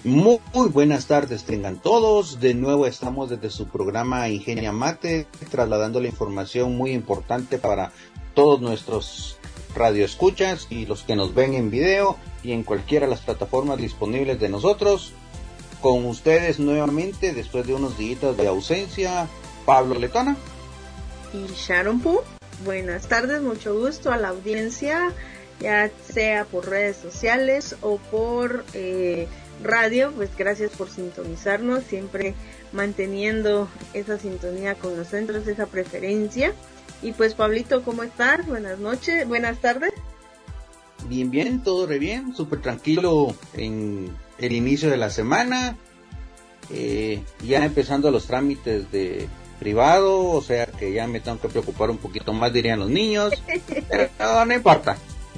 Muy buenas tardes, tengan todos. De nuevo estamos desde su programa Ingenia Mate, trasladando la información muy importante para todos nuestros radioescuchas y los que nos ven en video y en cualquiera de las plataformas disponibles de nosotros. Con ustedes nuevamente, después de unos días de ausencia, Pablo Letona y Sharon Poo. Buenas tardes, mucho gusto a la audiencia, ya sea por redes sociales o por radio. Pues gracias por sintonizarnos, siempre manteniendo esa sintonía con nosotros, esa preferencia. Y pues Pablito, ¿cómo estás? Buenas noches, buenas tardes. Bien, todo re bien, súper tranquilo en el inicio de la semana, ya empezando los trámites de privado, o sea que ya me tengo que preocupar un poquito más, dirían los niños, pero no importa,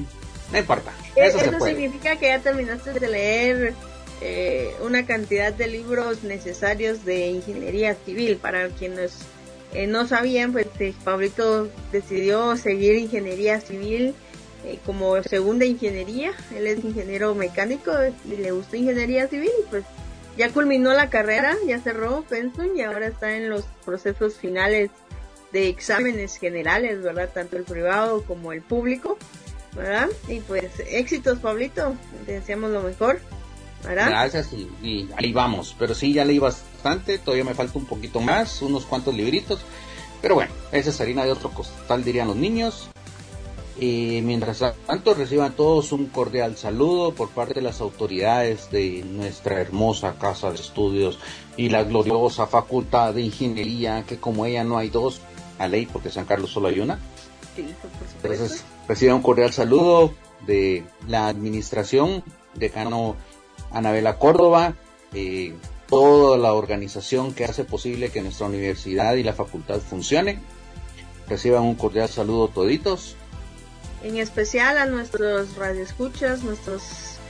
eso se puede. Significa que ya terminaste de leer una cantidad de libros necesarios de ingeniería civil. Para quienes no sabían, pues Pablito decidió seguir ingeniería civil como segunda ingeniería. Él es ingeniero mecánico y le gustó ingeniería civil, y pues ya culminó la carrera, ya cerró pensum y ahora está en los procesos finales de exámenes generales, ¿verdad? Tanto el privado como el público, ¿verdad? Y pues éxitos, Pablito, te deseamos lo mejor, ¿verdad? Gracias, y ahí vamos, pero sí, ya leí bastante, todavía me falta un poquito más, unos cuantos libritos, pero bueno, esa es harina de otro costal, dirían los niños. Y mientras tanto, reciban todos un cordial saludo por parte de las autoridades de nuestra hermosa casa de estudios y la gloriosa facultad de ingeniería, que como ella no hay dos, a ley, porque San Carlos solo hay una. Sí, por supuesto. Entonces, reciban un cordial saludo de la administración, decano Anabela Córdoba, toda la organización que hace posible que nuestra universidad y la facultad funcione. Reciban un cordial saludo toditos. En especial a nuestros radioescuchas, nuestros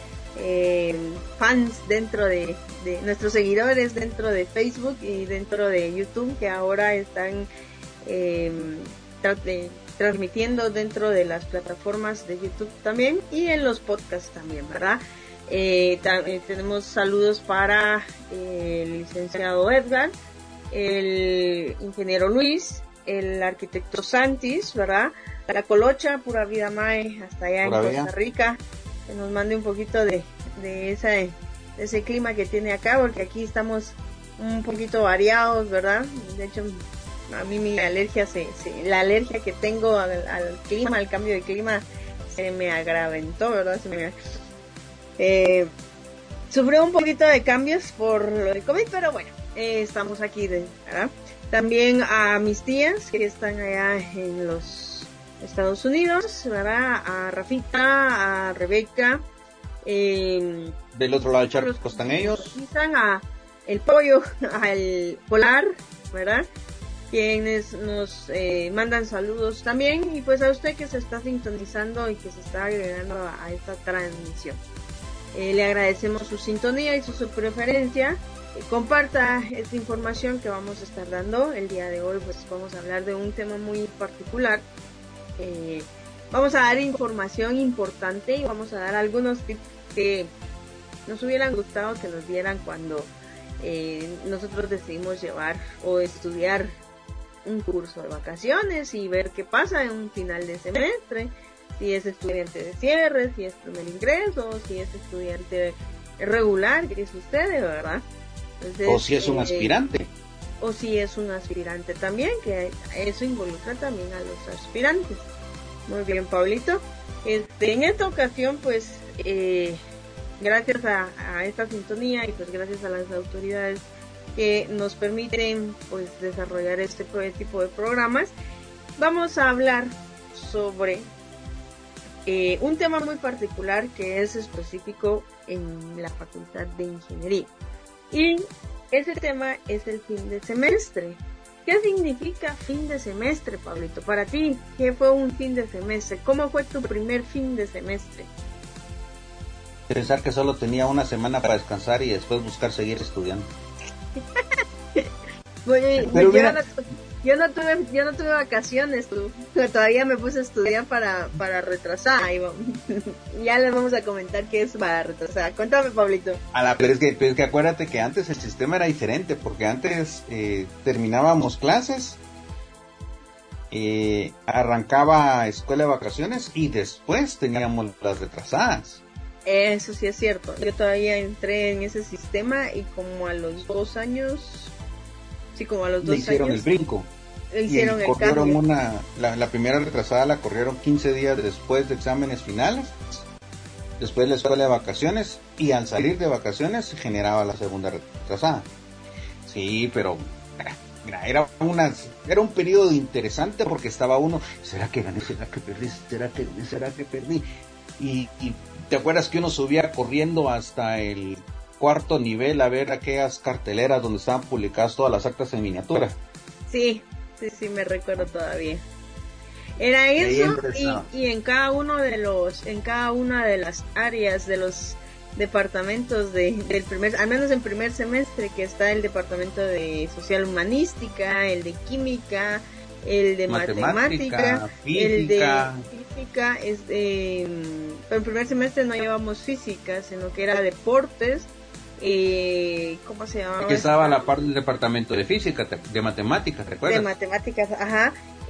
fans dentro de nuestros seguidores dentro de Facebook y dentro de YouTube, que ahora están transmitiendo dentro de las plataformas de YouTube también y en los podcasts también, ¿verdad? Tenemos saludos para el licenciado Edgar, el ingeniero Luis, el arquitecto Santis, ¿verdad? La Colocha, pura vida mae, hasta allá pura en Costa Rica, que nos mande un poquito de ese clima que tiene acá, porque aquí estamos un poquito variados, ¿verdad? De hecho, a mí mi alergia, la alergia que tengo al clima, al cambio de clima, se me agraventó, ¿verdad? Sufrió un poquito de cambios por lo de COVID, pero bueno, estamos aquí, ¿verdad? También a mis tías que están allá en los Estados Unidos, ¿verdad? A Rafita, a Rebeca. Del otro lado del charco están ellos. Están a el Pollo, al Polar, ¿verdad? Quienes nos mandan saludos también. Y pues a usted que se está sintonizando y que se está agregando a esta transmisión. Le agradecemos su sintonía y su preferencia. Comparta esta información que vamos a estar dando el día de hoy. Pues vamos a hablar de un tema muy particular. Vamos a dar información importante y vamos a dar algunos tips que nos hubieran gustado que nos dieran cuando nosotros decidimos llevar o estudiar un curso de vacaciones y ver qué pasa en un final de semestre, si es estudiante de cierre, si es primer ingreso, si es estudiante regular, que es usted, ¿verdad? Entonces, o si es un aspirante. O si es un aspirante también, que eso involucra también a los aspirantes. Muy bien, Pablito. En esta ocasión, pues, gracias a esta sintonía y pues gracias a las autoridades que nos permiten pues desarrollar este tipo de programas, vamos a hablar sobre un tema muy particular que es específico en la Facultad de Ingeniería. Y ese tema es el fin de semestre. ¿Qué significa fin de semestre, Pablito? Para ti, ¿qué fue un fin de semestre? ¿Cómo fue tu primer fin de semestre? Pensar que solo tenía una semana para descansar y después buscar seguir estudiando. Yo no tuve vacaciones, todavía me puse a estudiar para retrasar. Ya les vamos a comentar qué es barra retrasada. Cuéntame, Pablito. Pero es que acuérdate que antes el sistema era diferente, porque antes terminábamos clases, arrancaba escuela de vacaciones y después teníamos las retrasadas. Eso sí es cierto. Yo todavía entré en ese sistema y como a los 2 años, le hicieron el brinco. Hicieron el cambio. La primera retrasada la corrieron 15 días después de exámenes finales, después de la escuela de vacaciones, y al salir de vacaciones se generaba la segunda retrasada. Sí, pero era un periodo interesante porque estaba uno, ¿será que gané? ¿Será que perdí? ¿Será que perdí? Y te acuerdas que uno subía corriendo hasta el 4º nivel a ver aquellas carteleras donde estaban publicadas todas las actas en miniatura. Sí, me recuerdo todavía. Era eso, y en cada una de las áreas de los departamentos del primer, al menos en primer semestre, que está el departamento de social humanística, el de química, el de matemática, el de física, pero en primer semestre no llevamos física, sino que era deportes. ¿Cómo se llamaba? Aquí estaba la parte del departamento de física, de matemáticas, ¿recuerdas? De matemáticas, ajá.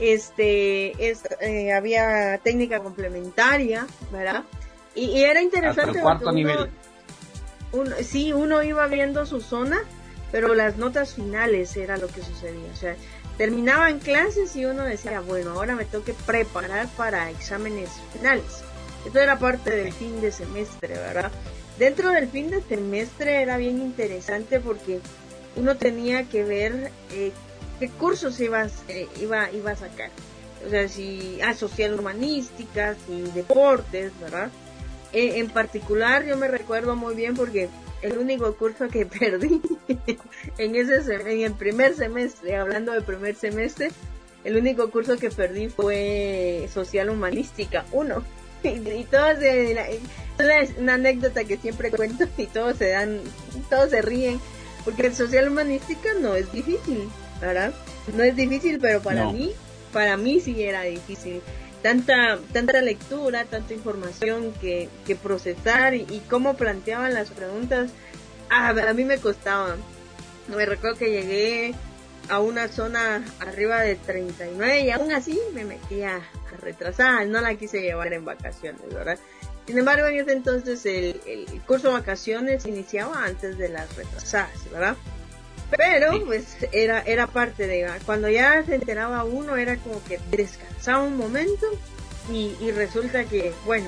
Había técnica complementaria, ¿verdad? Y era interesante. Hasta el 4º nivel. Uno iba viendo su zona, pero las notas finales era lo que sucedía. O sea, terminaban clases y uno decía, bueno, ahora me tengo que preparar para exámenes finales. Esto era parte del fin de semestre, ¿verdad? Dentro del fin de semestre era bien interesante porque uno tenía que ver qué cursos iba a sacar. O sea, si social humanística, si deportes, ¿verdad? En particular yo me recuerdo muy bien porque el único curso que perdí en el primer semestre, hablando del primer semestre, el único curso que perdí fue social humanística 1. Y todos es una anécdota que siempre cuento y todos se ríen, porque el social humanística no es difícil, ¿verdad? No es difícil, pero para mí sí era difícil. Tanta lectura, tanta información que procesar y cómo planteaban las preguntas, a mí me costaba. Me recuerdo que llegué a una zona arriba de 39 y aún así me metía a retrasar, no la quise llevar en vacaciones, ¿verdad? Sin embargo, en ese entonces el curso de vacaciones iniciaba antes de las retrasadas, ¿verdad? Pero pues era parte de, cuando ya se enteraba uno, era como que descansaba un momento y resulta que, bueno,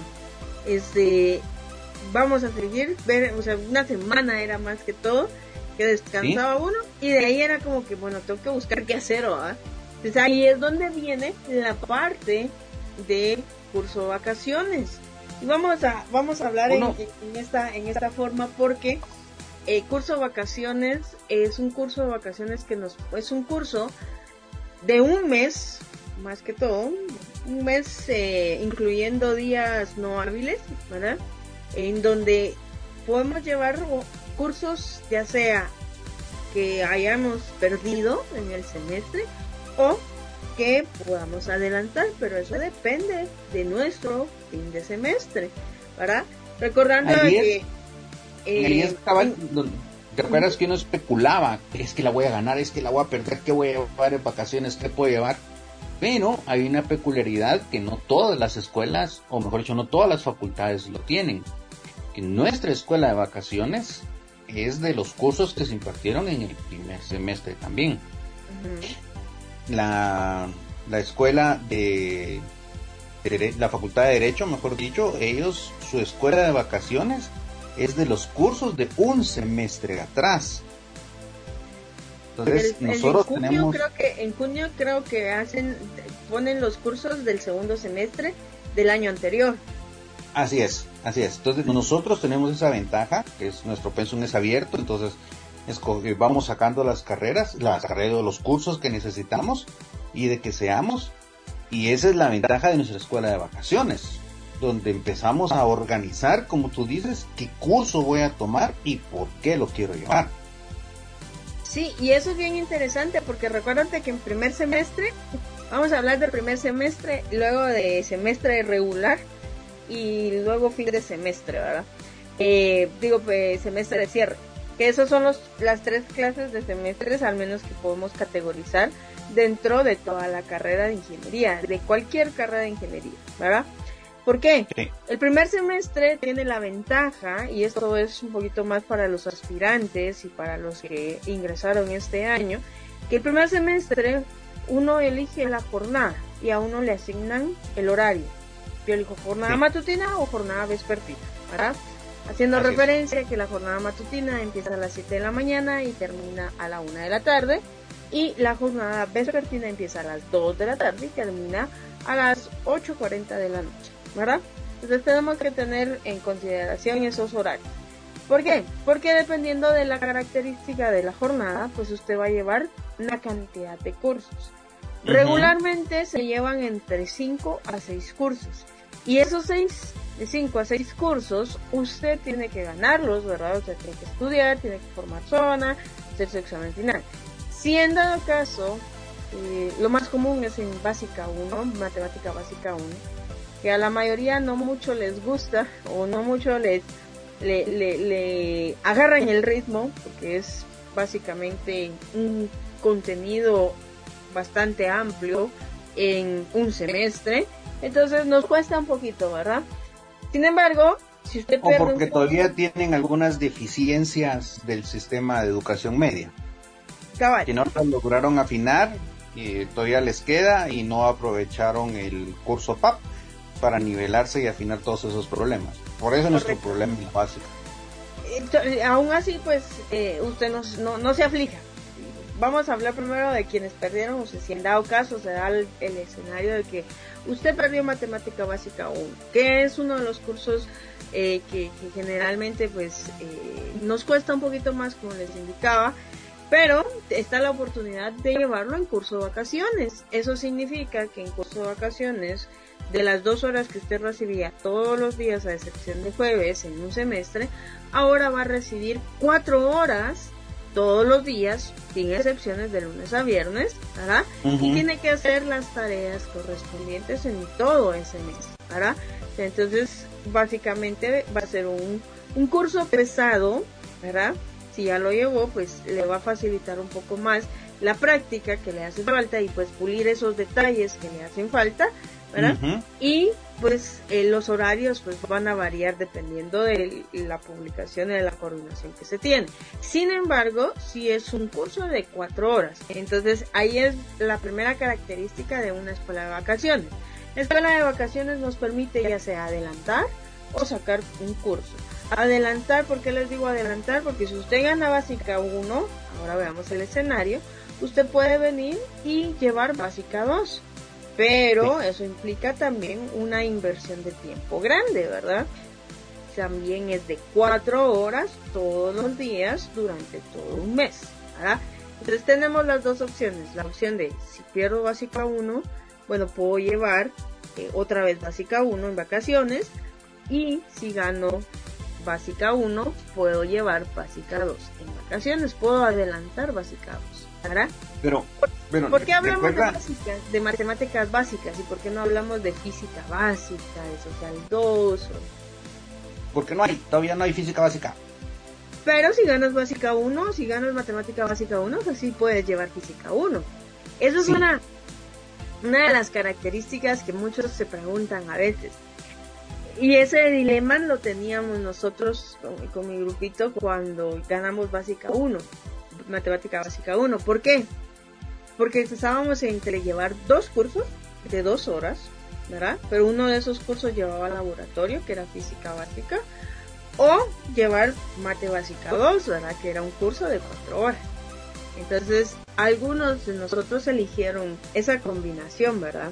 vamos a seguir, o sea, una semana era más que todo que descansaba uno, y de ahí era como que, bueno, tengo que buscar qué hacer, ¿verdad? Entonces ahí es donde viene la parte de curso de vacaciones. Y vamos a hablar en esta forma porque curso de vacaciones es un curso de vacaciones es un curso de un mes, más que todo, un mes incluyendo días no hábiles, ¿verdad? En donde podemos llevar cursos ya sea que hayamos perdido en el semestre o que podamos adelantar, pero eso depende de nuestro fin de semestre, ¿verdad? Recordando que ¿te acuerdas que uno especulaba? Es que la voy a ganar, es que la voy a perder, ¿qué voy a llevar en vacaciones? ¿Qué puedo llevar? Pero hay una peculiaridad que no todas las escuelas, o mejor dicho, no todas las facultades lo tienen. Que nuestra escuela de vacaciones es de los cursos que se impartieron en el primer semestre también. Uh-huh. La escuela de la facultad de Derecho, mejor dicho, su escuela de vacaciones es de los cursos de un semestre atrás. Entonces nosotros tenemos... En junio creo que ponen los cursos del segundo semestre del año anterior. Así es. Entonces nosotros tenemos esa ventaja, que es nuestro pensum es abierto, entonces vamos sacando las carreras, los cursos que necesitamos y de que seamos, y esa es la ventaja de nuestra escuela de vacaciones, donde empezamos a organizar, como tú dices, qué curso voy a tomar y por qué lo quiero llevar. Sí, y eso es bien interesante porque recuérdate que en primer semestre, vamos a hablar del primer semestre, luego de semestre regular, y luego fin de semestre, ¿verdad? Semestre de cierre, que esos son las 3 clases de semestres al menos que podemos categorizar dentro de toda la carrera de ingeniería, de cualquier carrera de ingeniería, ¿verdad? ¿Por qué? Sí. El primer semestre tiene la ventaja, y esto es un poquito más para los aspirantes y para los que ingresaron este año, que el primer semestre uno elige la jornada y a uno le asignan el horario. Yo elijo jornada matutina o jornada vespertina, ¿verdad? Haciendo referencia a que la jornada matutina empieza a las 7 de la mañana y termina a la 1 de la tarde, y la jornada vespertina empieza a las 2 de la tarde y termina a las 8:40 de la noche, ¿verdad? Entonces tenemos que tener en consideración esos horarios. ¿Por qué? Porque dependiendo de la característica de la jornada, pues usted va a llevar una cantidad de cursos. Regularmente se llevan entre 5 a 6 cursos. Y esos 5 a 6 cursos, usted tiene que ganarlos, ¿verdad? O sea, tiene que estudiar, tiene que formar zona, hacer su examen final. Si en dado caso, lo más común es en básica 1, matemática básica 1, que a la mayoría no mucho les gusta o no mucho le agarran el ritmo, porque es básicamente un contenido bastante amplio en un semestre, entonces nos cuesta un poquito, ¿verdad? Sin embargo, si usted pierde o porque todavía tienen algunas deficiencias del sistema de educación media, cabal, que no las lograron afinar, todavía les queda y no aprovecharon el curso PAP para nivelarse y afinar todos esos problemas. Por eso nuestro problema es básico. Aún así, pues, usted no se aflija. Vamos a hablar primero de quienes perdieron, o sea, si en dado caso se da el escenario de que usted perdió matemática básica 1, que es uno de los cursos que generalmente pues nos cuesta un poquito más, como les indicaba, pero está la oportunidad de llevarlo en curso de vacaciones. Eso significa que en curso de vacaciones, de las 2 horas que usted recibía todos los días, a excepción de jueves en un semestre, ahora va a recibir 4 horas todos los días, sin excepciones, de lunes a viernes, ¿verdad? Y tiene que hacer las tareas correspondientes en todo ese mes, ¿verdad? Entonces, básicamente va a ser un curso pesado, ¿verdad? Si ya lo llevó, pues le va a facilitar un poco más la práctica que le hace falta y pues pulir esos detalles que le hacen falta, ¿verdad? Y pues los horarios pues van a variar dependiendo de la publicación y de la coordinación que se tiene. Sin embargo, si es un curso de 4 horas, entonces ahí es la primera característica de una escuela de vacaciones. La escuela de vacaciones nos permite ya sea adelantar o sacar un curso. Adelantar, ¿por qué les digo adelantar? Porque si usted gana básica 1, ahora veamos el escenario, usted puede venir y llevar básica 2. Pero eso implica también una inversión de tiempo grande, ¿verdad? También es de 4 horas todos los días durante todo un mes, ¿verdad? Entonces tenemos las dos opciones. La opción de, si pierdo básica 1, bueno, puedo llevar otra vez básica 1 en vacaciones. Y si gano básica 1, puedo llevar básica 2 en vacaciones. Puedo adelantar básica 2, ¿verdad? Pero ¿por qué hablamos de matemáticas básicas y por qué no hablamos de física básica, de social 2? Porque todavía no hay física básica. Pero si ganas básica 1, si ganas matemática básica 1, pues sí puedes llevar física 1. Eso es una de las características que muchos se preguntan a veces. Y ese dilema lo teníamos nosotros con mi grupito cuando ganamos básica 1, matemática básica 1. ¿Por qué? Porque estábamos entre llevar 2 cursos de 2 horas, ¿verdad? Pero uno de esos cursos llevaba laboratorio, que era física básica, o llevar mate básica 2, ¿verdad? Que era un curso de 4 horas. Entonces, algunos de nosotros eligieron esa combinación, ¿verdad?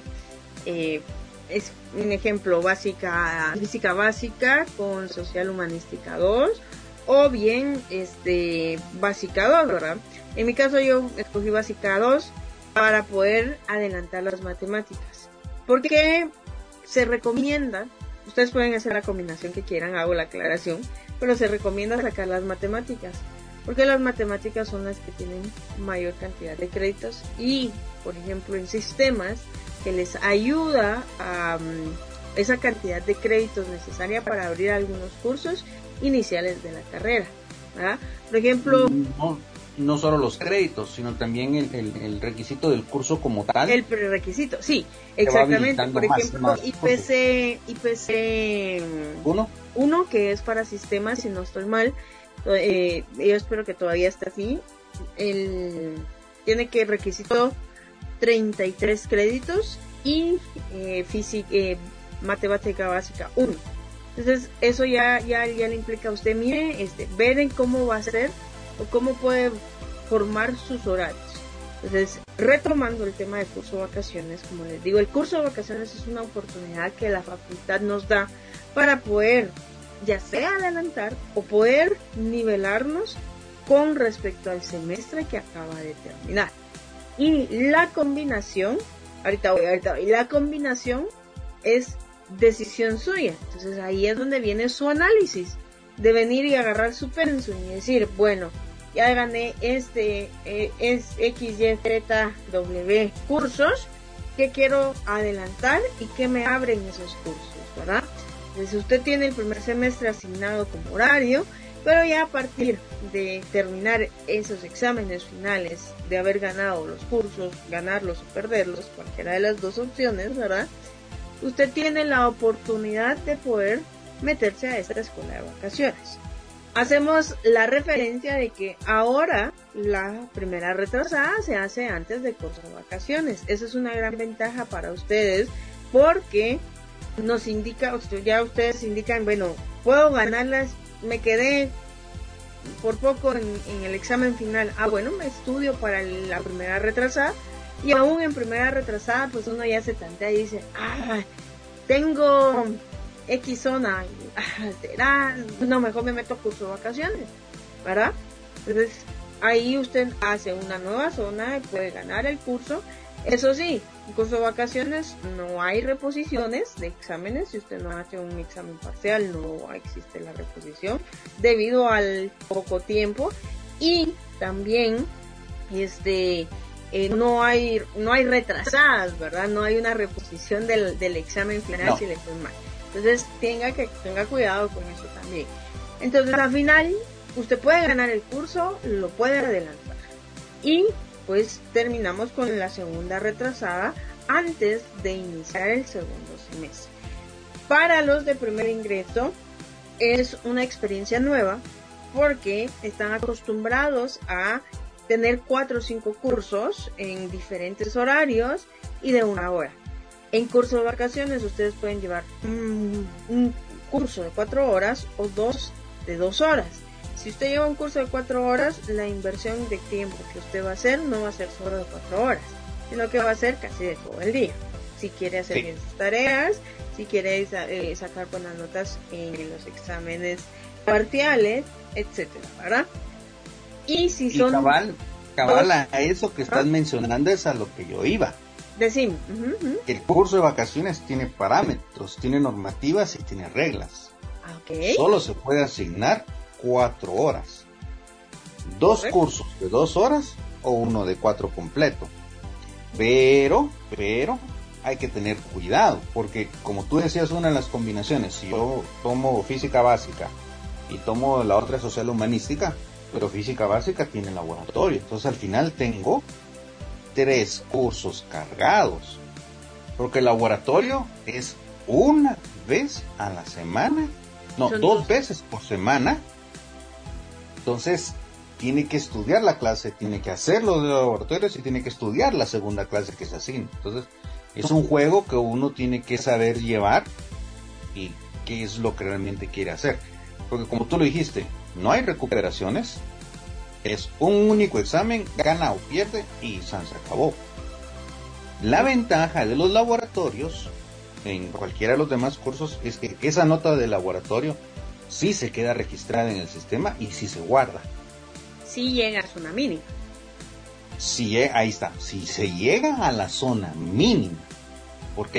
Es un ejemplo, física básica con social humanística 2, o bien básica 2, ¿verdad? En mi caso yo escogí básica 2 para poder adelantar las matemáticas. Porque se recomienda, ustedes pueden hacer la combinación que quieran, hago la aclaración, pero se recomienda sacar las matemáticas, porque las matemáticas son las que tienen mayor cantidad de créditos y, por ejemplo, en sistemas, que les ayuda a esa cantidad de créditos necesaria para abrir algunos cursos iniciales de la carrera, ¿verdad? Por ejemplo, no solo los créditos, sino también el requisito del curso como tal. El prerequisito, sí, exactamente. Por ejemplo, IPC 1, que es para sistemas, si no estoy mal, yo espero que todavía esté así. Tiene que requisito 33 créditos y matemática básica 1. Entonces, eso ya le implica a usted, mire, ver en cómo va a ser o cómo puede formar sus horarios. Entonces, retomando el tema de curso de vacaciones, como les digo, el curso de vacaciones es una oportunidad que la facultad nos da para poder, ya sea adelantar o poder nivelarnos con respecto al semestre que acaba de terminar. Y la combinación, ahorita voy, la combinación es decisión suya. Entonces ahí es donde viene su análisis, de venir y agarrar su pensum y decir, bueno, ya gané es X, Y, Z, W cursos, que quiero adelantar y que me abren esos cursos, ¿verdad? Entonces usted tiene el primer semestre asignado como horario, pero ya a partir de terminar esos exámenes finales, de haber ganado los cursos, ganarlos o perderlos, cualquiera de las dos opciones, ¿verdad? Usted tiene la oportunidad de poder meterse a esta escuela de vacaciones. Hacemos la referencia de que ahora la primera retrasada se hace antes de curso de vacaciones. Esa es una gran ventaja para ustedes porque nos indica, ya ustedes indican, bueno, puedo ganarlas, me quedé por poco en el examen final, bueno, me estudio para la primera retrasada, y aún en primera retrasada pues uno ya se tantea y dice, tengo X zona, no, mejor me meto a curso de vacaciones, ¿verdad? Entonces ahí usted hace una nueva zona y puede ganar el curso. Eso sí, en curso de vacaciones no hay reposiciones de exámenes. Si usted no hace un examen parcial, no existe la reposición debido al poco tiempo. Y también no hay retrasadas, ¿verdad? No hay una reposición del examen final si le fue mal. Entonces tenga cuidado con eso también. Entonces al final usted puede ganar el curso, lo puede adelantar. Y pues terminamos con la segunda retrasada antes de iniciar el segundo semestre. Para los de primer ingreso es una experiencia nueva porque están acostumbrados a tener 4 o 5 cursos en diferentes horarios y de 1 hora. En curso de vacaciones ustedes pueden llevar un curso de 4 horas o 2 de 2 horas. Si usted lleva un curso de 4 horas, la inversión de tiempo que usted va a hacer no va a ser solo de 4 horas, sino que va a ser casi de todo el día. Si quiere hacer bien sus tareas, si quiere sacar buenas notas en los exámenes parciales, etcétera, ¿verdad? Y si son... cabal a eso que estás mencionando es a lo que yo iba. Decime. El curso de vacaciones tiene parámetros, tiene normativas y tiene reglas. Okay. Solo se puede asignar 4 horas. 2 cursos de 2 horas o uno de 4 completo. Pero hay que tener cuidado, porque como tú decías, una de las combinaciones, si yo tomo física básica y tomo la otra social humanística, pero física básica tiene laboratorio, entonces al final tengo 3 cursos cargados, porque el laboratorio es una vez a la semana, no, 2 veces por semana. Entonces tiene que estudiar la clase, tiene que hacer los laboratorios y tiene que estudiar la segunda clase que se asigna. Entonces es un juego que uno tiene que saber llevar y qué es lo que realmente quiere hacer, porque como tú lo dijiste, no hay recuperaciones, es un único examen, gana o pierde y se acabó. La ventaja de los laboratorios en cualquiera de los demás cursos es que esa nota de laboratorio sí se queda registrada en el sistema y sí se guarda. Si llega a zona mínima. Ahí está, si se llega a la zona mínima, porque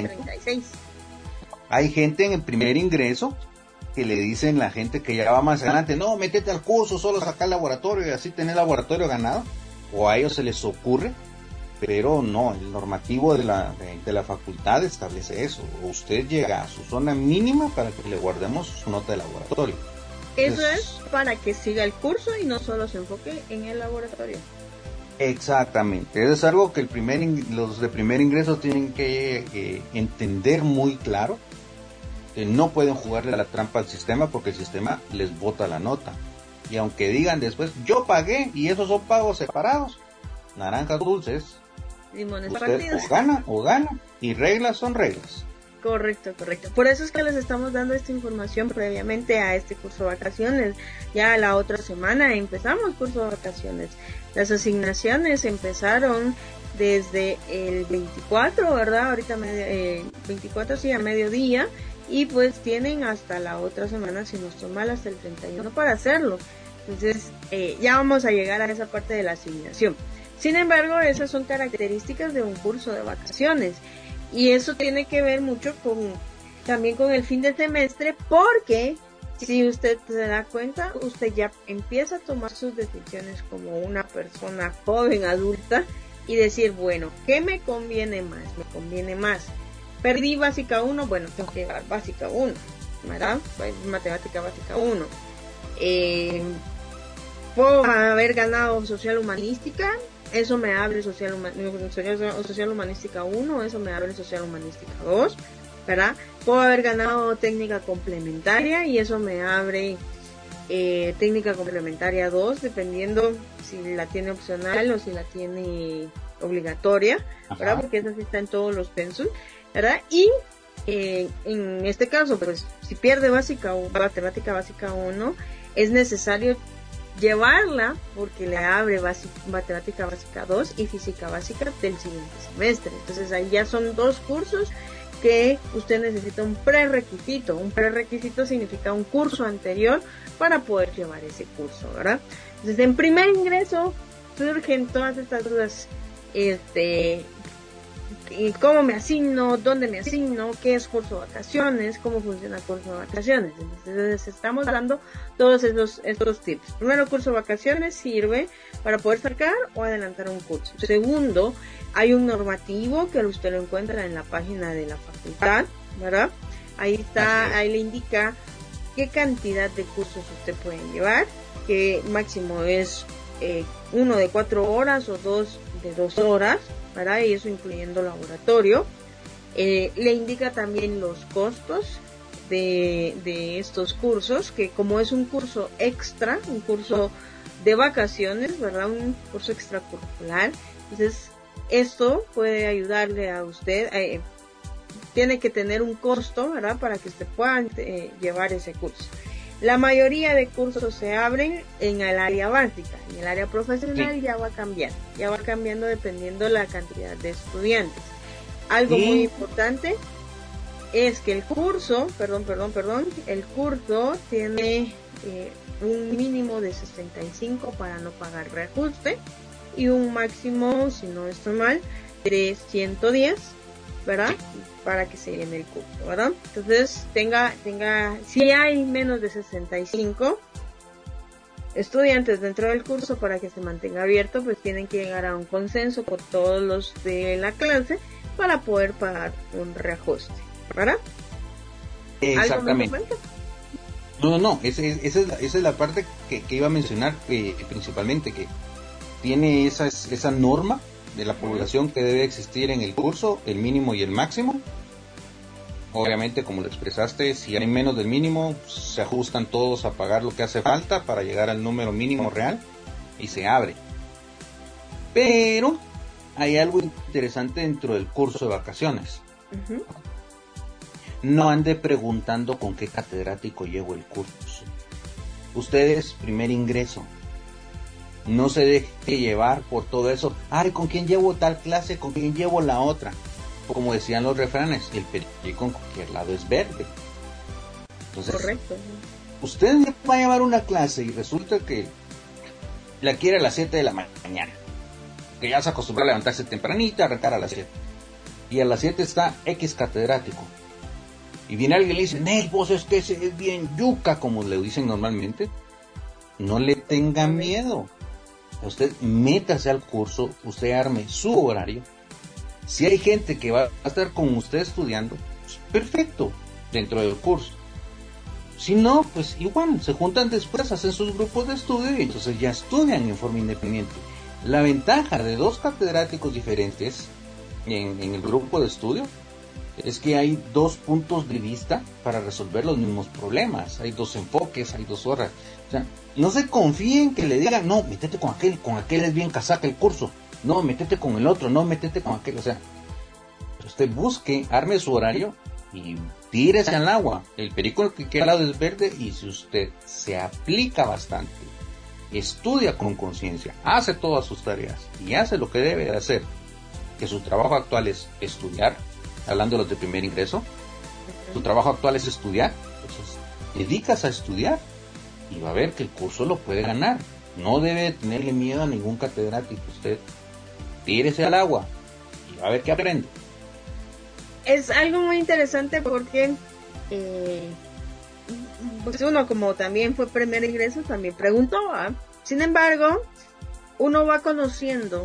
hay gente en el primer ingreso que le dicen la gente que ya va más adelante, no, métete al curso, solo saca el laboratorio y así tener laboratorio ganado, o a ellos se les ocurre pero no, el normativo de la facultad establece eso. Usted llega a su zona mínima para que le guardemos su nota de laboratorio. Eso es para que siga el curso y no solo se enfoque en el laboratorio. Exactamente, eso es algo que los de primer ingreso tienen que entender muy claro, que no pueden jugarle la trampa al sistema porque el sistema les bota la nota. Y aunque digan después, yo pagué y esos son pagos separados, naranjas dulces, Limones usted partidos. o gana, y reglas son reglas. Correcto. Por eso es que les estamos dando esta información previamente a este curso de vacaciones. Ya la otra semana empezamos curso de vacaciones. Las asignaciones empezaron desde el 24, ¿verdad? Ahorita 24 sí, a mediodía. Y pues tienen hasta la otra semana, si no estoy mal, hasta el 31 para hacerlo. Entonces ya vamos a llegar a esa parte de la asignación. Sin embargo, esas son características de un curso de vacaciones. Y eso tiene que ver mucho también con el fin de semestre, porque si usted se da cuenta, usted ya empieza a tomar sus decisiones como una persona joven, adulta, y decir, bueno, ¿qué me conviene más? Me conviene más. Perdí básica 1, bueno, tengo que llevar básica 1, ¿verdad? Matemática básica 1. Puedo haber ganado social humanística, eso me abre social humanística 1, eso me abre social humanística 2, ¿verdad? Puedo haber ganado técnica complementaria y eso me abre técnica complementaria 2, dependiendo si la tiene opcional o si la tiene obligatoria, ¿verdad? Porque esa sí está en todos los pensos, ¿verdad? Y en este caso, pues si pierde matemática básica 1, es necesario llevarla porque le abre matemática básica 2 y física básica del siguiente semestre. Entonces ahí ya son 2 cursos que usted necesita un prerequisito. Un prerequisito significa un curso anterior para poder llevar ese curso, ¿verdad? Entonces en primer ingreso surgen todas estas dudas, ¿cómo me asigno? ¿Dónde me asigno? ¿Qué es curso de vacaciones? ¿Cómo funciona el curso de vacaciones? Entonces estamos dando todos estos tips. Primero, curso de vacaciones sirve para poder sacar o adelantar un curso. Segundo, hay un normativo que usted lo encuentra en la página de la facultad, ¿verdad? Ahí está, ahí le indica qué cantidad de cursos usted puede llevar, que máximo es 1 de 4 horas o 2 de 2 horas, ¿verdad? Y eso incluyendo laboratorio. Le indica también los costos de estos cursos, que como es un curso extra, un curso de vacaciones, ¿verdad? Un curso extracurricular, entonces esto puede ayudarle a usted, tiene que tener un costo, ¿verdad? Para que usted pueda llevar ese curso. La mayoría de cursos se abren en el área básica, en el área profesional ya va cambiando dependiendo la cantidad de estudiantes. Algo muy importante es que el curso, el curso tiene un mínimo de 65 para no pagar reajuste y un máximo, si no estoy mal, de 110, ¿verdad? Para que se llene el curso, ¿verdad? Entonces, si hay menos de 65 estudiantes dentro del curso, para que se mantenga abierto, pues tienen que llegar a un consenso con todos los de la clase para poder pagar un reajuste, ¿verdad? Exactamente. No, esa es la parte que iba a mencionar principalmente, que tiene esa norma de la población que debe existir en el curso, el mínimo y el máximo. Obviamente, como lo expresaste, si hay menos del mínimo, se ajustan todos a pagar lo que hace falta para llegar al número mínimo real y se abre. Pero hay algo interesante dentro del curso de vacaciones. No ande preguntando con qué catedrático llevo el curso. Ustedes, primer ingreso, no se deje llevar por todo eso. Ay, ¿con quién llevo tal clase? ¿Con quién llevo la otra? Como decían los refranes, el periódico en cualquier lado es verde. Entonces, correcto. Usted va a llevar una clase y resulta que la quiere a las 7 de la mañana. Que ya se acostumbra a levantarse tempranito, a arrancar a las 7. Y a las 7 está X catedrático. Y viene alguien y le dice, vos es que ese es bien yuca, como le dicen normalmente. No le tenga miedo. Usted métase al curso, usted arme su horario. Si hay gente que va a estar con usted estudiando, pues perfecto, dentro del curso. Si no, pues igual, se juntan después, hacen sus grupos de estudio y entonces ya estudian en forma independiente. La ventaja de dos catedráticos diferentes en el grupo de estudio es que hay dos puntos de vista para resolver los mismos problemas, hay dos enfoques, hay dos horas. O sea, no se confíen que le digan, no, métete con aquel es bien casaca el curso, no, métete con el otro, no, métete con aquel, o sea, usted busque, arme su horario y tírese al agua. El perico que queda al lado es verde y si usted se aplica bastante, estudia con conciencia, hace todas sus tareas y hace lo que debe de hacer, que su trabajo actual es estudiar, hablando de los de primer ingreso, tu trabajo actual es estudiar, entonces dedicas a estudiar y va a ver que el curso lo puede ganar. No debe tenerle miedo a ningún catedrático, usted tírese al agua y va a ver que aprende. Es algo muy interesante porque pues uno, como también fue primer ingreso, también preguntó, ¿eh? Sin embargo, uno va conociendo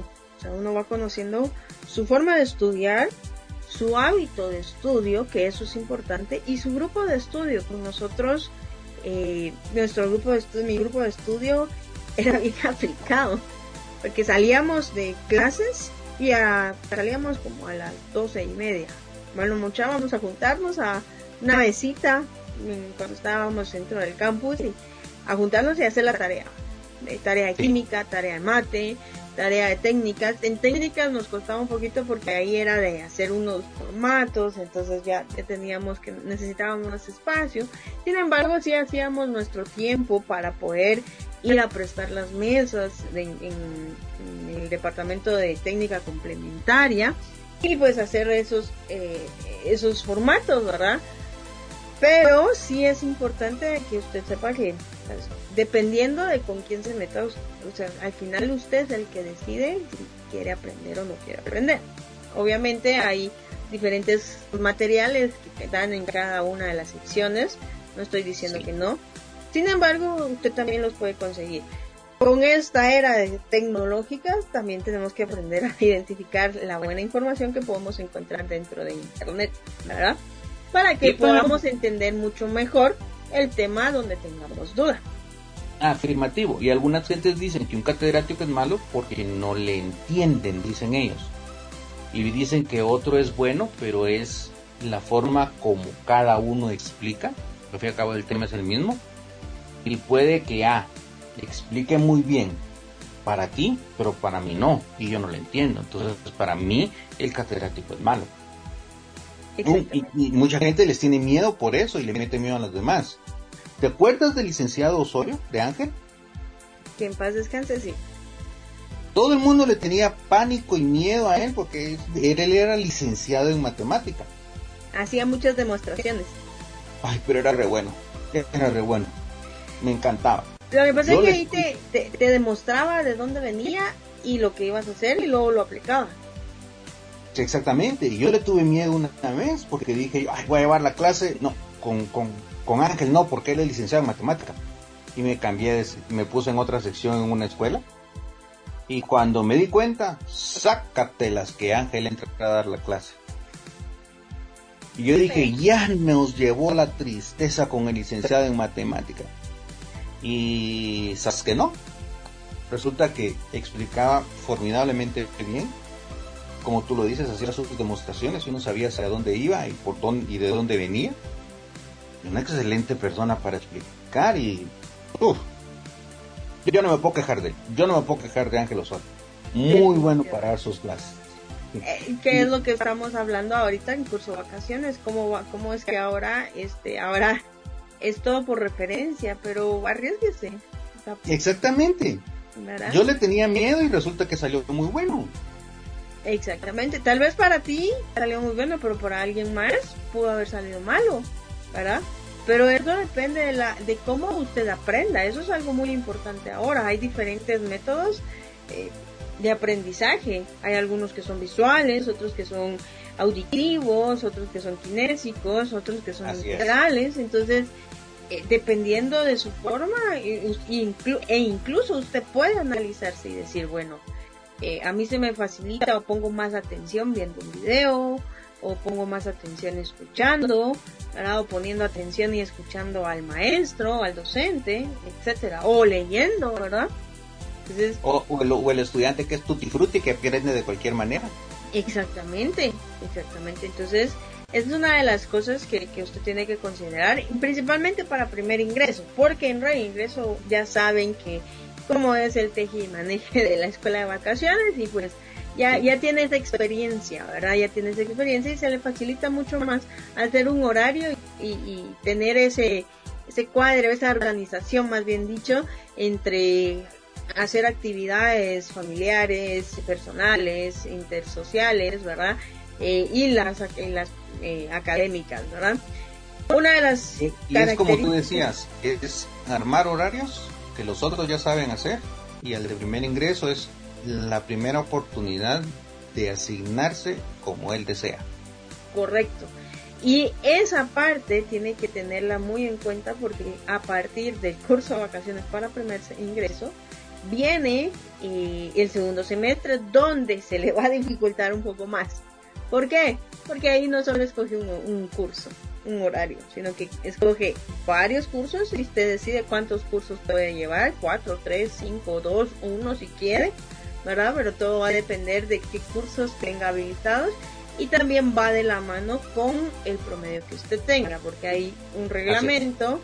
su forma de estudiar, su hábito de estudio, que eso es importante, y su grupo de estudio. Con nosotros, nuestro grupo de estudio, mi grupo de estudio era bien aplicado, porque salíamos de clases y salíamos como a las 12:30. Bueno, mucho vamos a juntarnos a una mesita cuando estábamos dentro del campus y a juntarnos y hacer la tarea de química, tarea de mate, tarea de técnicas. En técnicas nos costaba un poquito porque ahí era de hacer unos formatos, entonces ya necesitábamos más espacio. Sin embargo, sí hacíamos nuestro tiempo para poder ir a prestar las mesas en el departamento de técnica complementaria y pues hacer esos formatos, ¿verdad? Pero sí es importante que usted sepa que pues, dependiendo de con quién se meta, o sea, al final usted es el que decide si quiere aprender o no quiere aprender. Obviamente hay diferentes materiales que dan en cada una de las secciones, no estoy diciendo que no. Sin embargo, usted también los puede conseguir. Con esta era de tecnológicas también tenemos que aprender a identificar la buena información que podemos encontrar dentro de internet, ¿verdad? Para que podamos entender mucho mejor el tema donde tengamos duda. Afirmativo. Y algunas gentes dicen que un catedrático es malo porque no le entienden, dicen ellos. Y dicen que otro es bueno, pero es la forma como cada uno explica. Al fin y al cabo el tema es el mismo. Y puede que explique muy bien para ti, pero para mí no, y yo no lo entiendo. Entonces, para mí, el catedrático es malo. Y mucha gente les tiene miedo por eso y le mete miedo a los demás. ¿Te acuerdas del licenciado Osorio, de Ángel? Que en paz descanse, sí. Todo el mundo le tenía pánico y miedo a él porque él era licenciado en matemática. Hacía muchas demostraciones. Ay, pero era re bueno. Me encantaba. Lo que pasa es que ahí te demostraba de dónde venía y lo que ibas a hacer y luego lo aplicaba. Exactamente, y yo le tuve miedo una vez porque dije, voy a llevar la clase, no, con Ángel no, porque él es licenciado en matemática. Y me cambié, me puse en otra sección en una escuela. Y cuando me di cuenta, sácatelas que Ángel entra a dar la clase. Y yo dije, ya nos llevó la tristeza con el licenciado en matemática. Y sabes que no, resulta que explicaba formidablemente bien, como tú lo dices, hacía sus demostraciones y uno sabía hacia dónde iba y por dónde y de dónde venía. Y una excelente persona para explicar y yo no me puedo quejar de él, yo no me puedo quejar de Ángel Osorio, muy bueno para dar sus clases. ¿Qué es lo que estamos hablando ahorita en curso de vacaciones? ¿Cómo es que ahora es todo por referencia, pero arriésguese? Exactamente. ¿Verdad? Yo le tenía miedo y resulta que salió muy bueno. Exactamente, tal vez para ti salió muy bueno, pero para alguien más pudo haber salido malo, ¿verdad? Pero eso depende de cómo usted aprenda, eso es algo muy importante ahora. Hay diferentes métodos de aprendizaje, hay algunos que son visuales, otros que son auditivos, otros que son kinésicos, otros que son integrales. Entonces dependiendo de su forma, incluso usted puede analizarse y decir, bueno, a mí se me facilita o pongo más atención viendo un video, o pongo más atención escuchando, ¿verdad? O poniendo atención y escuchando al maestro, al docente, etcétera, o leyendo, ¿verdad? Entonces, o el estudiante que es tutti frutti, que aprende de cualquier manera. Exactamente. Entonces, es una de las cosas que usted tiene que considerar, principalmente para primer ingreso, porque en reingreso ya saben que cómo es el teje y maneje de la escuela de vacaciones, y pues ya tiene esa experiencia, ¿verdad? Ya tiene esa experiencia y se le facilita mucho más hacer un horario y tener ese cuadro, esa organización, más bien dicho, entre hacer actividades familiares, personales, intersociales, ¿verdad? Y las académicas, ¿verdad? Una de las y es como tú decías, es armar horarios que los otros ya saben hacer, y el de primer ingreso es la primera oportunidad de asignarse como él desea. Correcto. Y esa parte tiene que tenerla muy en cuenta, porque a partir del curso de vacaciones para primer ingreso viene el segundo semestre, donde se le va a dificultar un poco más. ¿Por qué? Porque ahí no solo escoge un curso, un horario, sino que escoge varios cursos y usted decide cuántos cursos puede llevar, 4, 3, 5, 2, 1 si quiere, ¿verdad? Pero todo va a depender de qué cursos tenga habilitados, y también va de la mano con el promedio que usted tenga, porque hay un reglamento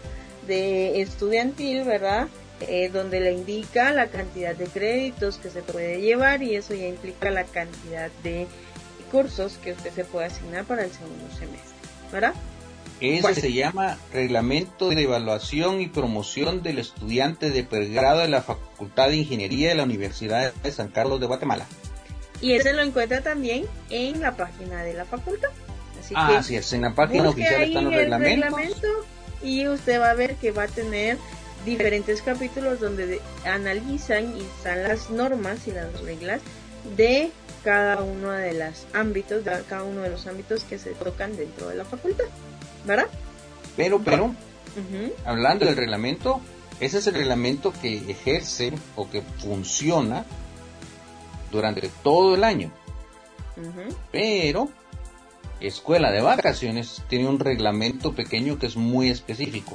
de estudiantil, ¿verdad? Donde le indica la cantidad de créditos que se puede llevar, y eso ya implica la cantidad de cursos que usted se puede asignar para el segundo semestre, ¿verdad? Ese se llama Reglamento de Evaluación y Promoción del Estudiante de Pregrado de la Facultad de Ingeniería de la Universidad de San Carlos de Guatemala. Y ese lo encuentra también en la página de la facultad. Así es, en la página oficial están los reglamentos. Y usted va a ver que va a tener diferentes capítulos donde analizan y están las normas y las reglas de cada uno de los ámbitos, que se tocan dentro de la facultad, ¿verdad? Pero hablando del reglamento, ese es el reglamento que ejerce o que funciona durante todo el año. Pero escuela de vacaciones tiene un reglamento pequeño que es muy específico,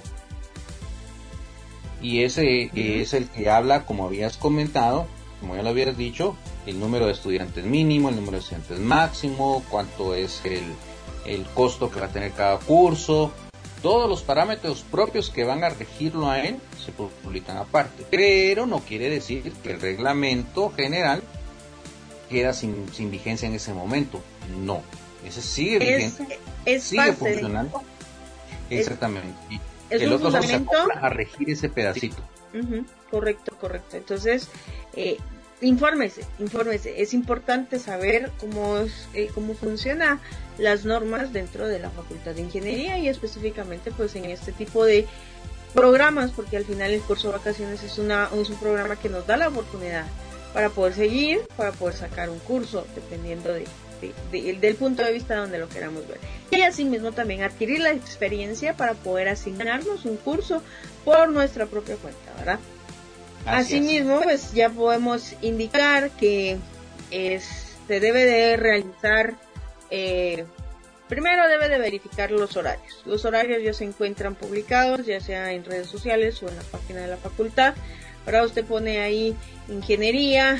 y ese es el que habla, como habías comentado, como ya lo habías dicho, el número de estudiantes mínimo, el número de estudiantes máximo, cuánto es el costo que va a tener cada curso. Todos los parámetros propios que van a regirlo a él se publican aparte, pero no quiere decir que el reglamento general queda sin vigencia en ese momento. No, ese sigue vigente, sigue funcionando. Exactamente. Y el otro se acopla a regir ese pedacito. Correcto. Entonces, infórmese. Es importante saber cómo funcionan las normas dentro de la Facultad de Ingeniería, y específicamente pues en este tipo de programas, porque al final el curso de vacaciones es un programa que nos da la oportunidad para poder seguir, para poder sacar un curso, dependiendo del punto de vista donde lo queramos ver, y asimismo también adquirir la experiencia para poder asignarnos un curso por nuestra propia cuenta, ¿verdad? Asimismo, pues ya podemos indicar que se debe de realizar, primero debe de verificar los horarios. Los horarios ya se encuentran publicados, ya sea en redes sociales o en la página de la facultad. Ahora usted pone ahí ingeniería,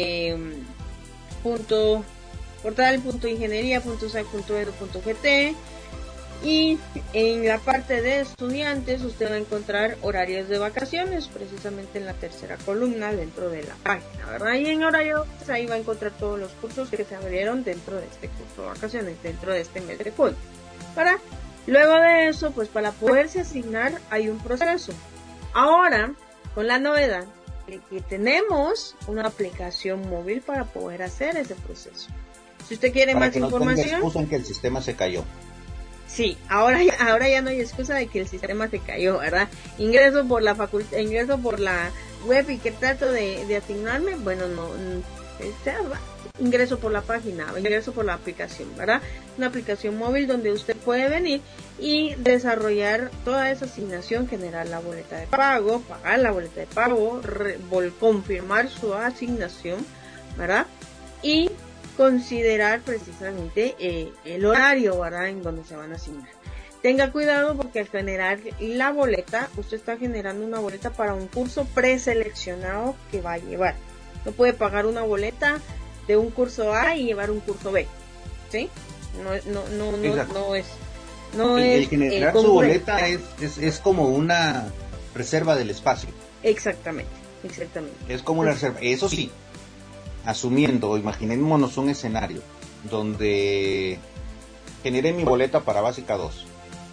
portal.ingeniería.sac.edu.gt, y en la parte de estudiantes usted va a encontrar horarios de vacaciones, precisamente en la tercera columna dentro de la página, ¿verdad? Y en horarios, pues ahí va a encontrar todos los cursos que se abrieron dentro de este curso de vacaciones, dentro de este mes de julio. Luego de eso, pues para poderse asignar hay un proceso. Ahora, con la novedad de que tenemos una aplicación móvil para poder hacer ese proceso. Si usted quiere para más que no información, tenga excusa en que el sistema se cayó. Sí, ahora ya no hay excusa de que el sistema se cayó, ¿verdad? Ingreso por la web y que trato de asignarme, bueno, ingreso por la página, ingreso por la aplicación, ¿verdad? Una aplicación móvil donde usted puede venir y desarrollar toda esa asignación, generar la boleta de pago, pagar la boleta de pago, confirmar su asignación, ¿verdad? Y considerar precisamente el horario, ¿verdad? En donde se van a asignar. Tenga cuidado porque al generar la boleta, usted está generando una boleta para un curso preseleccionado que va a llevar. No puede pagar una boleta de un curso A y llevar un curso B, ¿sí? El generar su boleta es como una reserva del espacio. Exactamente. Es como una reserva. Eso sí, asumiendo, imaginémonos un escenario donde generé mi boleta para básica 2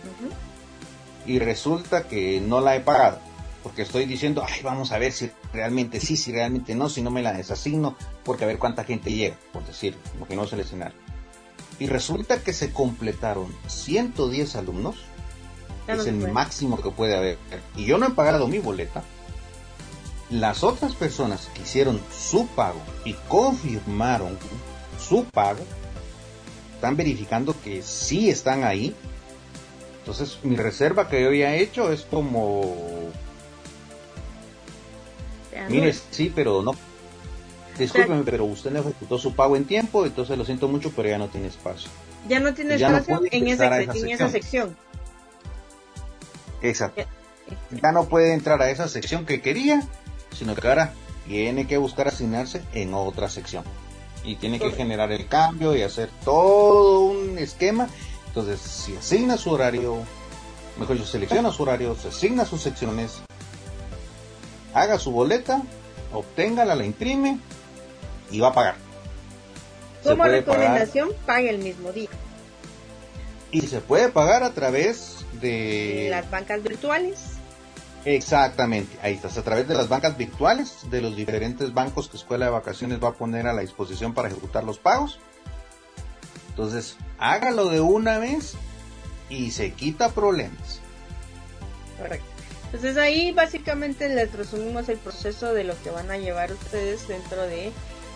y resulta que no la he pagado porque estoy diciendo, ay, vamos a ver si realmente sí, si realmente no, si no me la desasigno, porque a ver cuánta gente llega, por decir, lo que no es el escenario. Y resulta que se completaron 110 alumnos, es el máximo que puede haber, y yo no he pagado mi boleta. Las otras personas que hicieron su pago y confirmaron su pago, están verificando que sí están ahí. Entonces mi reserva que yo había hecho es como... Mire, sí, pero no. Discúlpeme, pero usted no ejecutó su pago en tiempo, entonces lo siento mucho, pero ya no tiene espacio. Ya no tiene espacio en esa sección. Exacto. Ya no puede entrar a esa sección que quería, sino que ahora tiene que buscar asignarse en otra sección. Y tiene que generar el cambio y hacer todo un esquema. Entonces, si asigna su horario, mejor dicho, selecciona su horario, se asigna sus secciones, haga su boleta, obténgala, la imprime y va a pagar. Como recomendación, pague el mismo día. Y se puede pagar a través de las bancas virtuales. Exactamente, ahí estás, a través de las bancas virtuales de los diferentes bancos que Escuela de Vacaciones va a poner a la disposición para ejecutar los pagos. Entonces, hágalo de una vez y se quita problemas. Correcto. Entonces ahí básicamente les resumimos el proceso de lo que van a llevar ustedes dentro de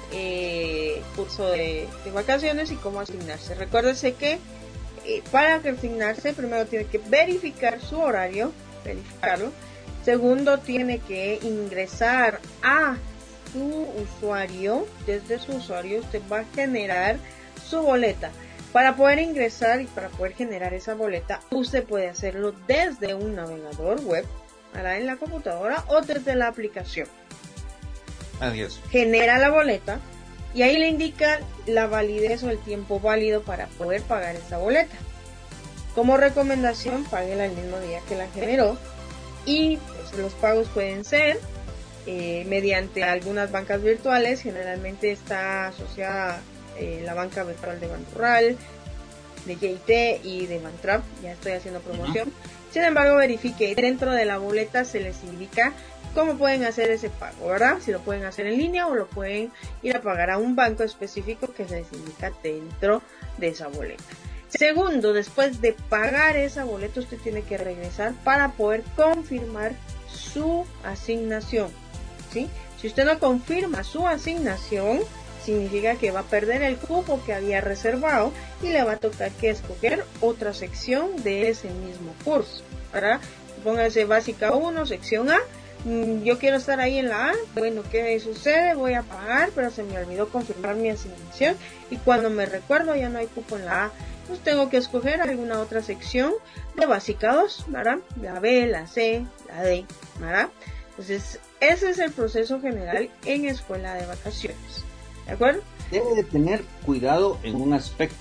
curso de vacaciones y cómo asignarse. Recuérdense que para asignarse primero tiene que verificar su horario, verificarlo. Segundo, tiene que ingresar a su usuario. Desde su usuario usted va a generar su boleta. Para poder ingresar y para poder generar esa boleta, usted puede hacerlo desde un navegador web, ¿verdad? En la computadora o desde la aplicación. Adiós. Genera la boleta y ahí le indica la validez o el tiempo válido para poder pagar esa boleta. Como recomendación, páguela el mismo día que la generó y pues, los pagos pueden ser mediante algunas bancas virtuales. Generalmente está asociada la banca virtual de Banrural, de JT y de Bantrap. Ya estoy haciendo promoción. Sin embargo, verifique, dentro de la boleta se les indica cómo pueden hacer ese pago, ¿verdad? Si lo pueden hacer en línea o lo pueden ir a pagar a un banco específico que se les indica dentro de esa boleta. Segundo, después de pagar esa boleta, usted tiene que regresar para poder confirmar su asignación, ¿sí? Si usted no confirma su asignación, significa que va a perder el cupo que había reservado y le va a tocar que escoger otra sección de ese mismo curso, ¿verdad? Póngase básica 1, sección A. Yo quiero estar ahí en la A. Bueno, ¿qué sucede? Voy a pagar, pero se me olvidó confirmar mi asignación y cuando me recuerdo ya no hay cupo en la A. Pues tengo que escoger alguna otra sección de básica 2, ¿verdad? La B, la C, la D, ¿verdad? Entonces, ese es el proceso general en Escuela de Vacaciones. ¿De acuerdo? Debe de tener cuidado en un aspecto.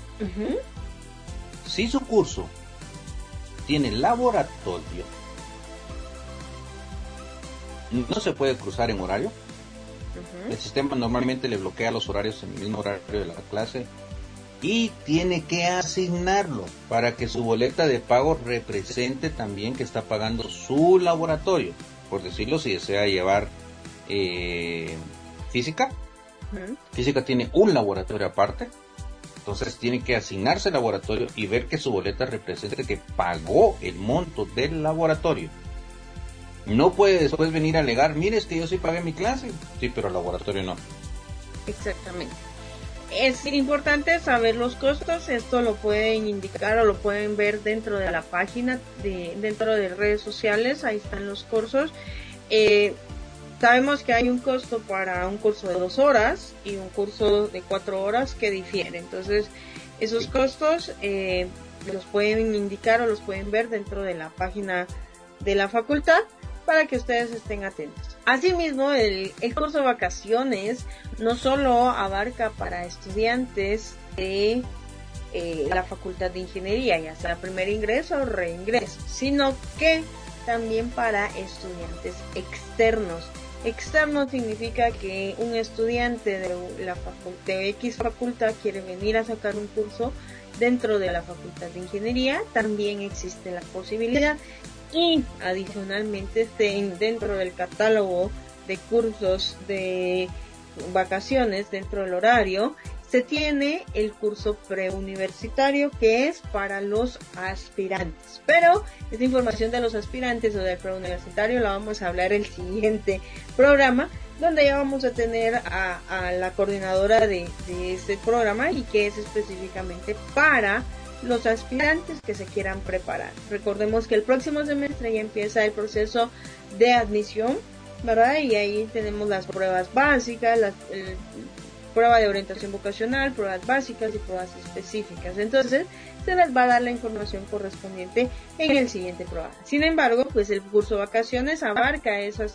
Si su curso tiene laboratorio, no se puede cruzar en horario. El sistema normalmente le bloquea los horarios en el mismo horario de la clase y tiene que asignarlo para que su boleta de pago represente también que está pagando su laboratorio. Por decirlo, si desea llevar física, física tiene un laboratorio aparte, entonces tiene que asignarse el laboratorio y ver que su boleta represente que pagó el monto del laboratorio. No puede después venir a alegar, mire, es que yo sí pagué mi clase, sí, pero el laboratorio no. Exactamente. Es importante saber los costos, esto lo pueden indicar o lo pueden ver dentro de la página, dentro de redes sociales, ahí están los cursos. Sabemos que hay un costo para un curso de 2 horas y un curso de 4 horas que difiere, entonces esos costos los pueden indicar o los pueden ver dentro de la página de la facultad para que ustedes estén atentos. Asimismo, el curso de vacaciones no solo abarca para estudiantes de la Facultad de Ingeniería, ya sea primer ingreso o reingreso, sino que también para estudiantes externos. Externo significa que un estudiante de la de X facultad quiere venir a sacar un curso dentro de la Facultad de Ingeniería, también existe la posibilidad. Y adicionalmente dentro del catálogo de cursos de vacaciones, dentro del horario, se tiene el curso preuniversitario, que es para los aspirantes. Pero esta información de los aspirantes o del preuniversitario la vamos a hablar el siguiente programa, donde ya vamos a tener a la coordinadora de este programa, y que es específicamente para los aspirantes que se quieran preparar. Recordemos que el próximo semestre ya empieza el proceso de admisión, ¿verdad? Y ahí tenemos las pruebas básicas, prueba de orientación vocacional, pruebas básicas y pruebas específicas. Entonces, se les va a dar la información correspondiente en el siguiente programa. Sin embargo, pues el curso de vacaciones abarca esos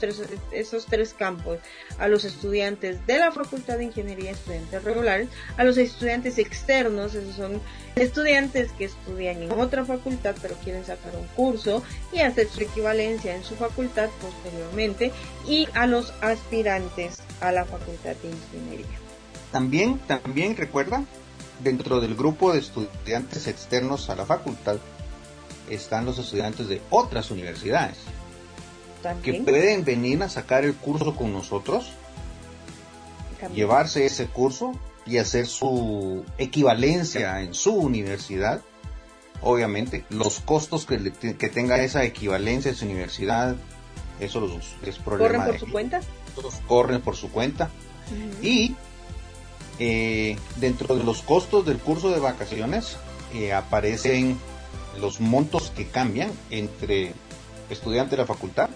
tres campos: a los estudiantes de la Facultad de Ingeniería, estudiantes regulares; a los estudiantes externos, esos son estudiantes que estudian en otra facultad pero quieren sacar un curso y hacer su equivalencia en su facultad posteriormente; y a los aspirantes a la Facultad de Ingeniería. También recuerda, dentro del grupo de estudiantes externos a la facultad están los estudiantes de otras universidades que pueden venir a sacar el curso con nosotros, llevarse ese curso y hacer su equivalencia en su universidad. Obviamente los costos que tenga esa equivalencia en su universidad, eso es problema. ¿Corren por su cuenta? Corren por su cuenta. Uh-huh. Y dentro de los costos del curso de vacaciones aparecen los montos que cambian entre estudiante de la facultad,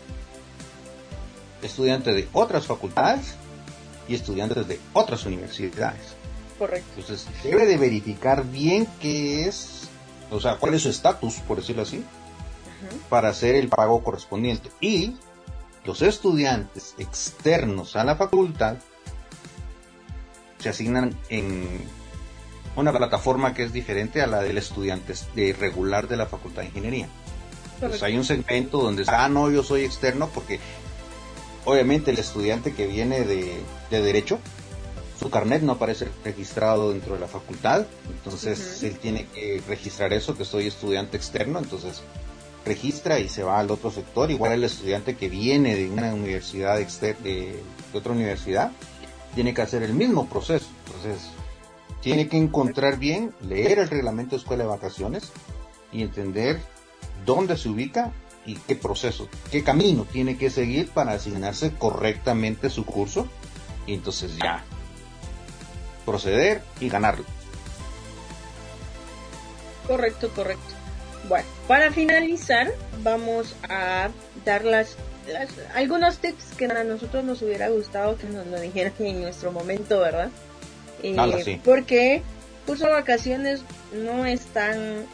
estudiante de otras facultades y estudiantes de otras universidades. Correcto. Entonces debe de verificar bien qué es, o sea, cuál es su estatus, por decirlo así, uh-huh, para hacer el pago correspondiente. Y los estudiantes externos a la facultad se asignan en una plataforma que es diferente a la del estudiante regular de la Facultad de Ingeniería. Entonces hay un segmento donde no, yo soy externo, porque obviamente el estudiante que viene de Derecho, su carnet no aparece registrado dentro de la facultad, entonces uh-huh, él tiene que registrar eso, que soy estudiante externo, entonces registra y se va al otro sector. Igual el estudiante que viene de una universidad de otra universidad tiene que hacer el mismo proceso. Entonces tiene que encontrar bien, leer el reglamento de escuela de vacaciones y entender dónde se ubica y qué proceso, qué camino tiene que seguir para asignarse correctamente su curso, y entonces ya proceder y ganarlo. Correcto. Bueno, para finalizar vamos a dar algunos tips que a nosotros nos hubiera gustado que nos lo dijeran en nuestro momento, ¿verdad? Sí. Porque curso de vacaciones no es tan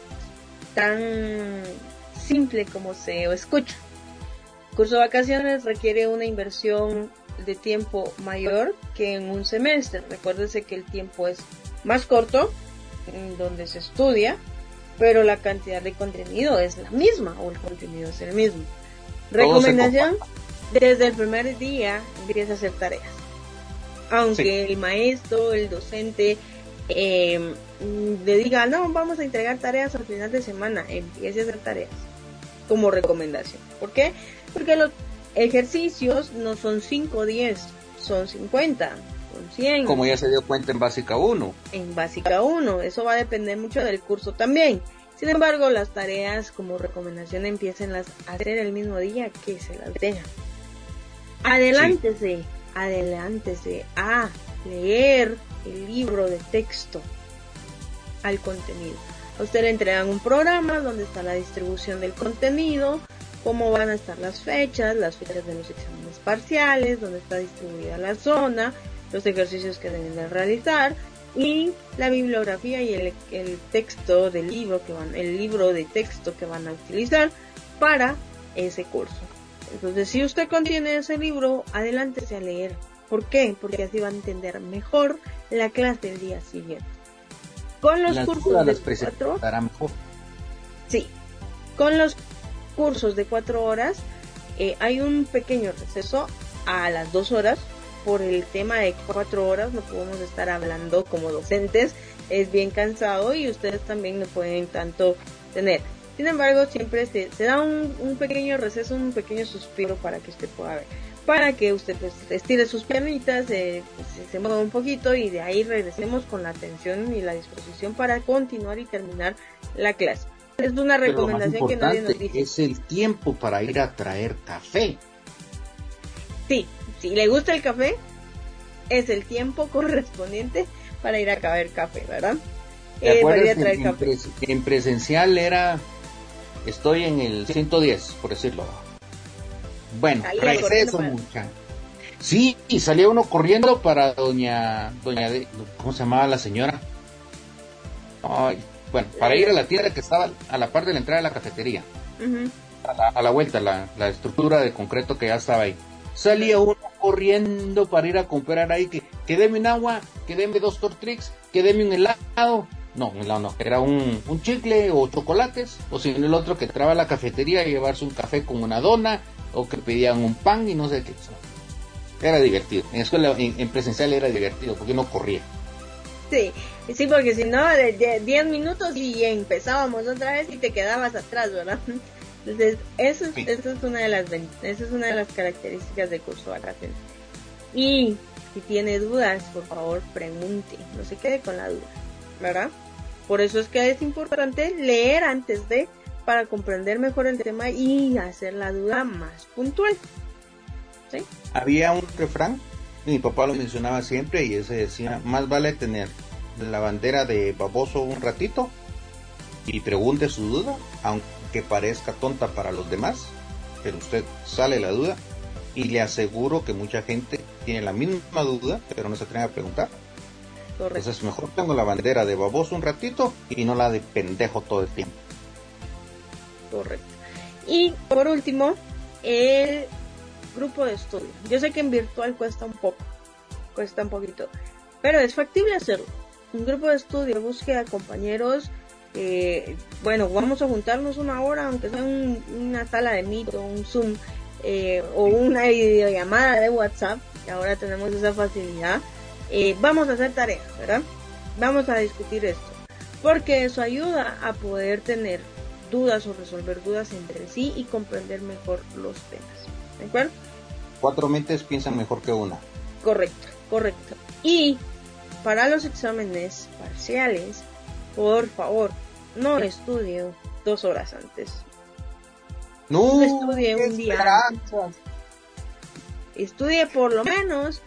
simple como se escucha. Curso de vacaciones requiere una inversión de tiempo mayor que en un semestre. Recuérdese que el tiempo es más corto en donde se estudia, pero la cantidad de contenido es la misma, o el contenido es el mismo. Recomendación: desde el primer día empieza a hacer tareas. Aunque el maestro, el docente le diga, no, vamos a entregar tareas al final de semana, empiece a hacer tareas como recomendación. ¿Por qué? Porque los ejercicios no son 5 o 10, son 50, son 100. Como ya se dio cuenta en Básica 1. En Básica 1, eso va a depender mucho del curso también. Sin embargo, las tareas como recomendación empiecen a hacer el mismo día que se las dejan. Adelántese, adelántese a leer el libro de texto al contenido. A usted le entregan un programa donde está la distribución del contenido, cómo van a estar las fechas de los exámenes parciales, donde está distribuida la zona, los ejercicios que deben de realizar y la bibliografía y el texto del libro el libro de texto que van a utilizar para ese curso. Entonces, si usted contiene ese libro, adelántese a leer. ¿Por qué? Porque así va a entender mejor la clase del día siguiente. Con los cursos de 4 sí, con los cursos de 4 horas hay un pequeño receso a las 2 horas. Por el tema de 4 horas no podemos estar hablando como docentes, es bien cansado y ustedes también no pueden tanto tener. Sin embargo, siempre se da un pequeño receso, un pequeño suspiro para que usted pueda ver, para que usted pues estire sus piernitas, se mueva un poquito y de ahí regresemos con la atención y la disposición para continuar y terminar la clase. Es una recomendación que nadie nos dice. Es el tiempo para ir a traer café. Sí, si le gusta el café, es el tiempo correspondiente para ir a caber café, ¿verdad? Para ir a traer café. En presencial estoy en el 110, por decirlo. Bueno, receso, mucha. Sí, y salía uno corriendo para doña ¿cómo se llamaba la señora? Ay, bueno, para ir a la tienda que estaba a la par de la entrada de la cafetería. Uh-huh. A la vuelta, la estructura de concreto que ya estaba ahí. Salía uno corriendo para ir a comprar ahí que deme un agua, que deme 2 Tortrix, que deme un helado. No, un helado no, era un chicle o chocolates, o si no el otro que entraba a la cafetería y llevarse un café con una dona, o que pedían un pan y no sé qué. Era divertido, en escuela, en presencial era divertido, porque uno corría. Sí, porque si no, 10 minutos y empezábamos otra vez y te quedabas atrás, ¿verdad? Entonces, esa es una de las características del curso vacaciones. Y si tiene dudas, por favor, pregunte, no se quede con la duda, ¿verdad? Por eso es que es importante leer antes para comprender mejor el tema y hacer la duda más puntual. ¿Sí? Había un refrán, mi papá lo mencionaba siempre, y ese decía: más vale tener la bandera de baboso un ratito y pregunte su duda, aunque parezca tonta para los demás, pero usted sale la duda, y le aseguro que mucha gente tiene la misma duda, pero no se atreve a preguntar. Correcto. Entonces mejor tengo la bandera de baboso un ratito y no la de pendejo todo el tiempo. Correcto. Y por último, el grupo de estudio. Yo sé que en virtual cuesta un poquito, pero es factible hacerlo. Un grupo de estudio, busque a compañeros. Vamos a juntarnos una hora, aunque sea una sala de Meet o un Zoom, o una videollamada de WhatsApp, que ahora tenemos esa facilidad. Vamos a hacer tareas, ¿verdad? Vamos a discutir esto, porque eso ayuda a poder tener dudas o resolver dudas entre sí y comprender mejor los temas. ¿De acuerdo? 4 mentes piensan mejor que una. Correcto. Y para los exámenes parciales, por favor, no estudie 2 horas antes. No estudie un día antes. Estudie por lo menos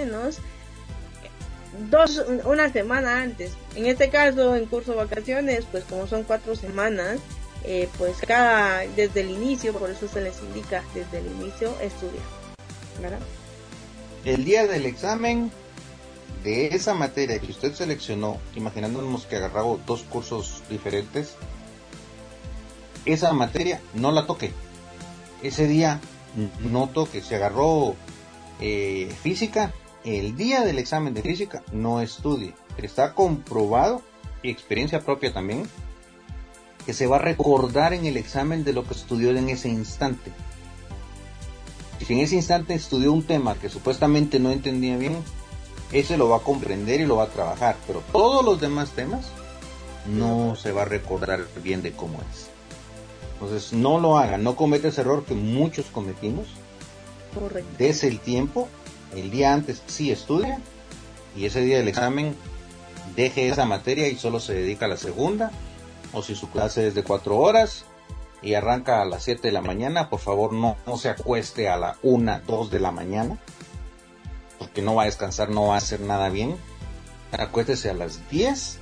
una semana antes. En este caso, en curso de vacaciones, pues como son 4 semanas, pues desde el inicio, por eso se les indica desde el inicio estudiar, ¿verdad? El día del examen de esa materia que usted seleccionó, imaginándonos que agarraba 2 cursos diferentes, esa materia no la toque. Ese día no toque. Se agarró física, el día del examen de física no estudie. Está comprobado, y experiencia propia también, que se va a recordar en el examen de lo que estudió en ese instante. Si en ese instante estudió un tema que supuestamente no entendía bien, ese lo va a comprender y lo va a trabajar, pero todos los demás temas no se va a recordar bien de cómo es. Entonces no lo hagan, no cometa ese error que muchos cometimos. Correcto. Dese el tiempo, el día antes sí estudia, y ese día del examen deje esa materia y solo se dedica a la segunda. O si su clase es de 4 horas y arranca a las 7 de la mañana, por favor no se acueste a la 1, 2 de la mañana. porque no va a descansar, no va a hacer nada bien, acuéstese a las 10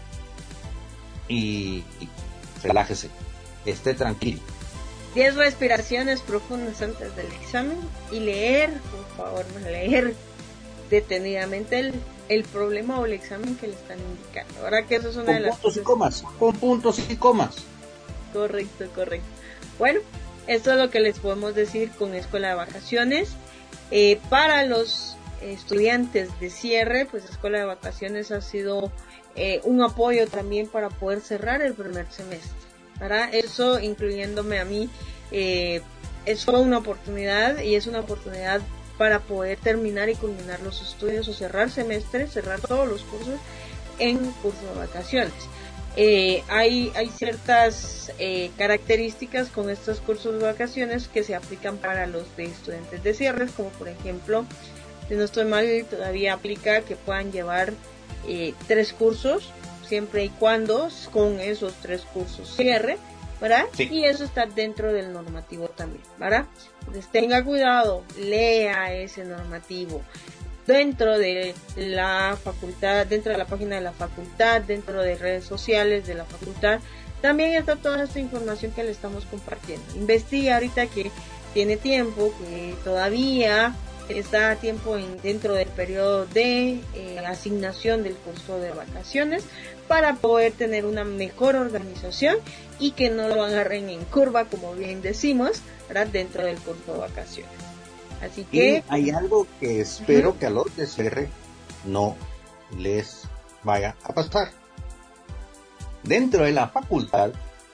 y relájese, esté tranquilo. 10 respiraciones profundas antes del examen y leer, por favor, leer detenidamente el problema o el examen que le están indicando. Ahora que eso es una de las cosas. Con puntos y comas. Correcto. Bueno, esto es lo que les podemos decir con Escuela de Vacaciones. Para los estudiantes de cierre, pues Escuela de Vacaciones ha sido un apoyo también para poder cerrar el primer semestre. Para eso, incluyéndome a mí, es una oportunidad y es una oportunidad para poder terminar y culminar los estudios o cerrar semestres, cerrar todos los cursos en curso de vacaciones. Hay ciertas características con estos cursos de vacaciones que se aplican para los de estudiantes de cierres, como por ejemplo, si no estoy mal, todavía aplica que puedan llevar 3 cursos, siempre y cuando con esos 3 cursos cierre, ¿verdad? Sí. Y eso está dentro del normativo también, ¿verdad? Entonces tenga cuidado, lea ese normativo dentro de la facultad, dentro de la página de la facultad, dentro de redes sociales de la facultad. También está toda esta información que le estamos compartiendo. Investiga ahorita que tiene tiempo, que todavía está a tiempo dentro del periodo de asignación del curso de vacaciones, para poder tener una mejor organización y que no lo agarren en curva, como bien decimos, ¿verdad? Dentro del curso de vacaciones. Así que... Y hay algo que espero que a los de cierre no les vaya a pasar. Dentro de la facultad,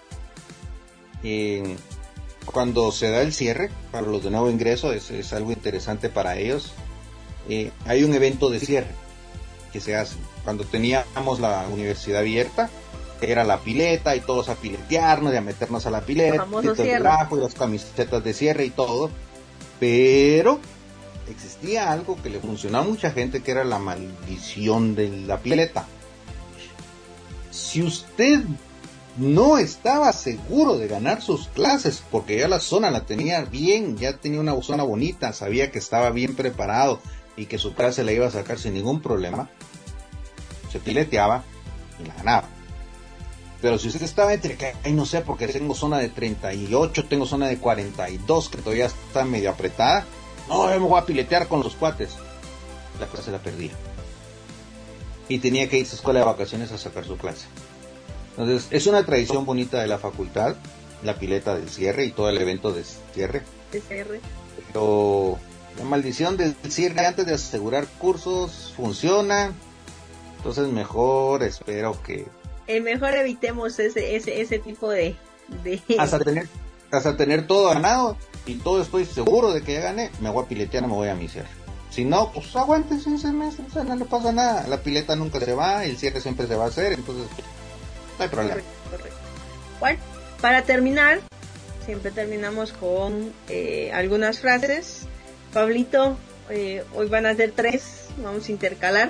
cuando se da el cierre, para los de nuevo ingreso, es algo interesante para ellos. Hay un evento de cierre que se hace. Cuando teníamos la universidad abierta, era la pileta y todos a piletearnos y a meternos a la pileta, y el trabajo y las camisetas de cierre y todo. Pero existía algo que le funcionaba a mucha gente, que era la maldición de la pileta. Si usted no estaba seguro de ganar sus clases, porque ya la zona la tenía bien, ya tenía una zona bonita, sabía que estaba bien preparado y que su clase la iba a sacar sin ningún problema, se pileteaba y la ganaba. Pero si usted estaba entre que, no sé, porque tengo zona de 38, tengo zona de 42, que todavía está medio apretada, no, yo me voy a piletear con los cuates, la clase la perdía. Y tenía que irse a escuela de vacaciones a sacar su clase. Entonces, es una tradición bonita de la facultad, la pileta del cierre y todo el evento de cierre. Pero la maldición del cierre antes de asegurar cursos funciona. Entonces mejor espero que... mejor evitemos ese tipo de... Hasta tener todo ganado y todo estoy seguro de que ya gané, me voy a piletear, me voy a mi cierre. Si no, pues aguántense un semestre, o sea, no le pasa nada. La pileta nunca se va, el cierre siempre se va a hacer, entonces no hay problema. Correcto. Bueno, para terminar, siempre terminamos con algunas frases. Pablito, hoy van a ser 3, vamos a intercalar.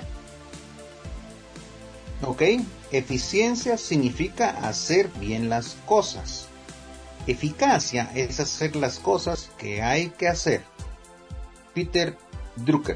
Ok, eficiencia significa hacer bien las cosas. Eficacia es hacer las cosas que hay que hacer. Peter Drucker.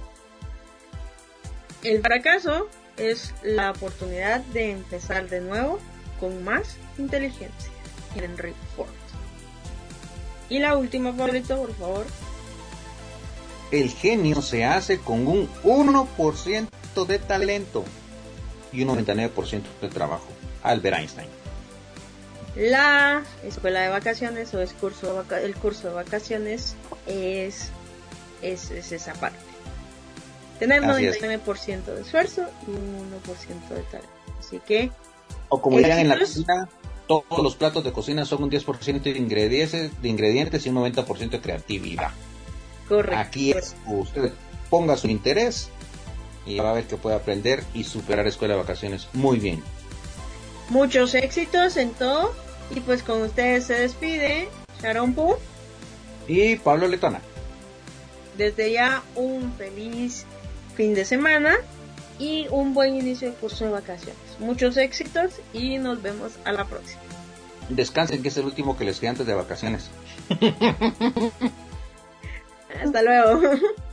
El fracaso es la oportunidad de empezar de nuevo con más inteligencia. Henry Ford. Y la última, Pablito, por favor. El genio se hace con un 1% de talento y un 99% de trabajo. Albert Einstein. La escuela de vacaciones o el curso de vacaciones es esa parte. Tener 99% de esfuerzo y un 1% de talento. Así que... O como dirán en la cocina, todos los platos de cocina son un 10% de ingredientes y un 90% de creatividad. Correcto. Aquí es usted ponga su interés y va a ver que puede aprender y superar escuela de vacaciones muy bien. Muchos éxitos en todo y pues con ustedes se despide Sharon Poo y Pablo Letona. Desde ya un feliz fin de semana y un buen inicio de curso de vacaciones. Muchos éxitos y nos vemos a la próxima. Descansen, que es el último que les queda antes de vacaciones. Hasta luego.